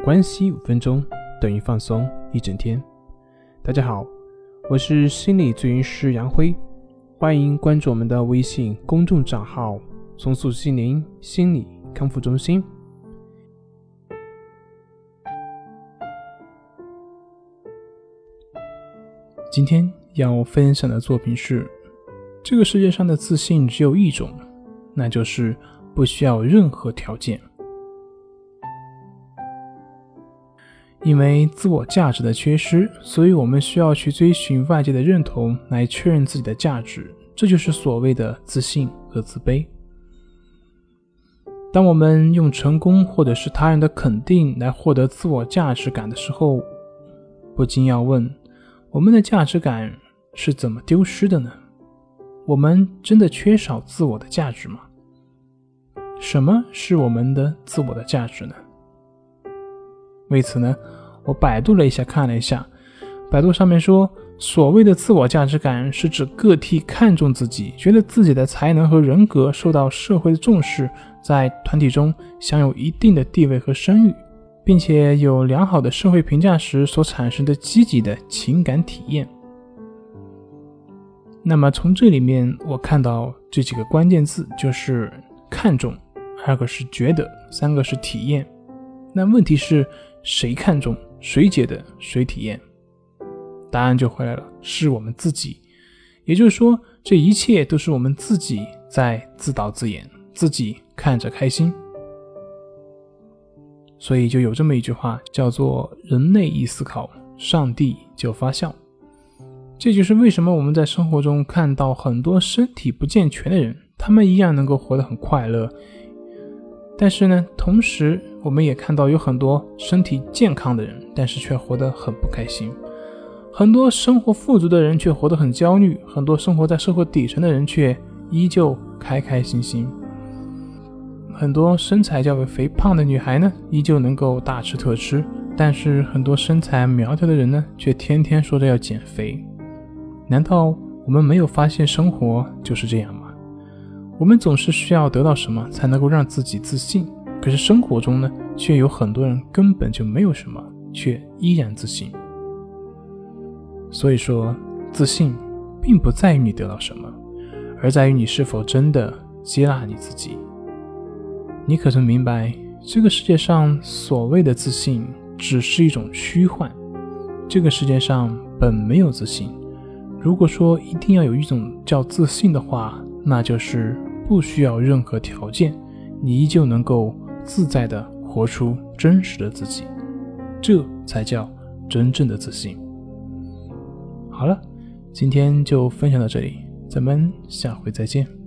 关系5分钟等于放松一整天。大家好，我是心理咨询师杨辉，欢迎关注我们的微信公众账号重塑心灵心理康复中心。今天要分享的作品是，这个世界上的自信只有一种，那就是不需要任何条件。因为自我价值的缺失，所以我们需要去追寻外界的认同来确认自己的价值，这就是所谓的自信和自卑。当我们用成功或者是他人的肯定来获得自我价值感的时候，不禁要问，我们的价值感是怎么丢失的呢？我们真的缺少自我的价值吗？什么是我们的自我的价值呢？为此呢，我百度了一下，看了一下，百度上面说，所谓的自我价值感是指个体看重自己，觉得自己的才能和人格受到社会的重视，在团体中享有一定的地位和声誉，并且有良好的社会评价时所产生的积极的情感体验。那么从这里面我看到这几个关键字，就是看重，2个是觉得，3个是体验。那问题是谁看重，谁觉得，谁体验？答案就回来了，是我们自己。也就是说，这一切都是我们自己在自导自演，自己看着开心。所以就有这么一句话，叫做人类一思考，上帝就发笑。这就是为什么我们在生活中看到很多身体不健全的人，他们一样能够活得很快乐。但是呢，同时我们也看到有很多身体健康的人，但是却活得很不开心。很多生活富足的人却活得很焦虑，很多生活在社会底层的人却依旧开开心心。很多身材较为肥胖的女孩呢，依旧能够大吃特吃，但是很多身材苗条的人呢，却天天说着要减肥。难道我们没有发现生活就是这样吗？我们总是需要得到什么才能够让自己自信，可是生活中呢，却有很多人根本就没有什么，却依然自信。所以说，自信并不在于你得到什么，而在于你是否真的接纳你自己。你可曾明白，这个世界上所谓的自信只是一种虚幻，这个世界上本没有自信。如果说一定要有一种叫自信的话，那就是不需要任何条件，你依旧能够自在地活出真实的自己，这才叫真正的自信。好了，今天就分享到这里，咱们下回再见。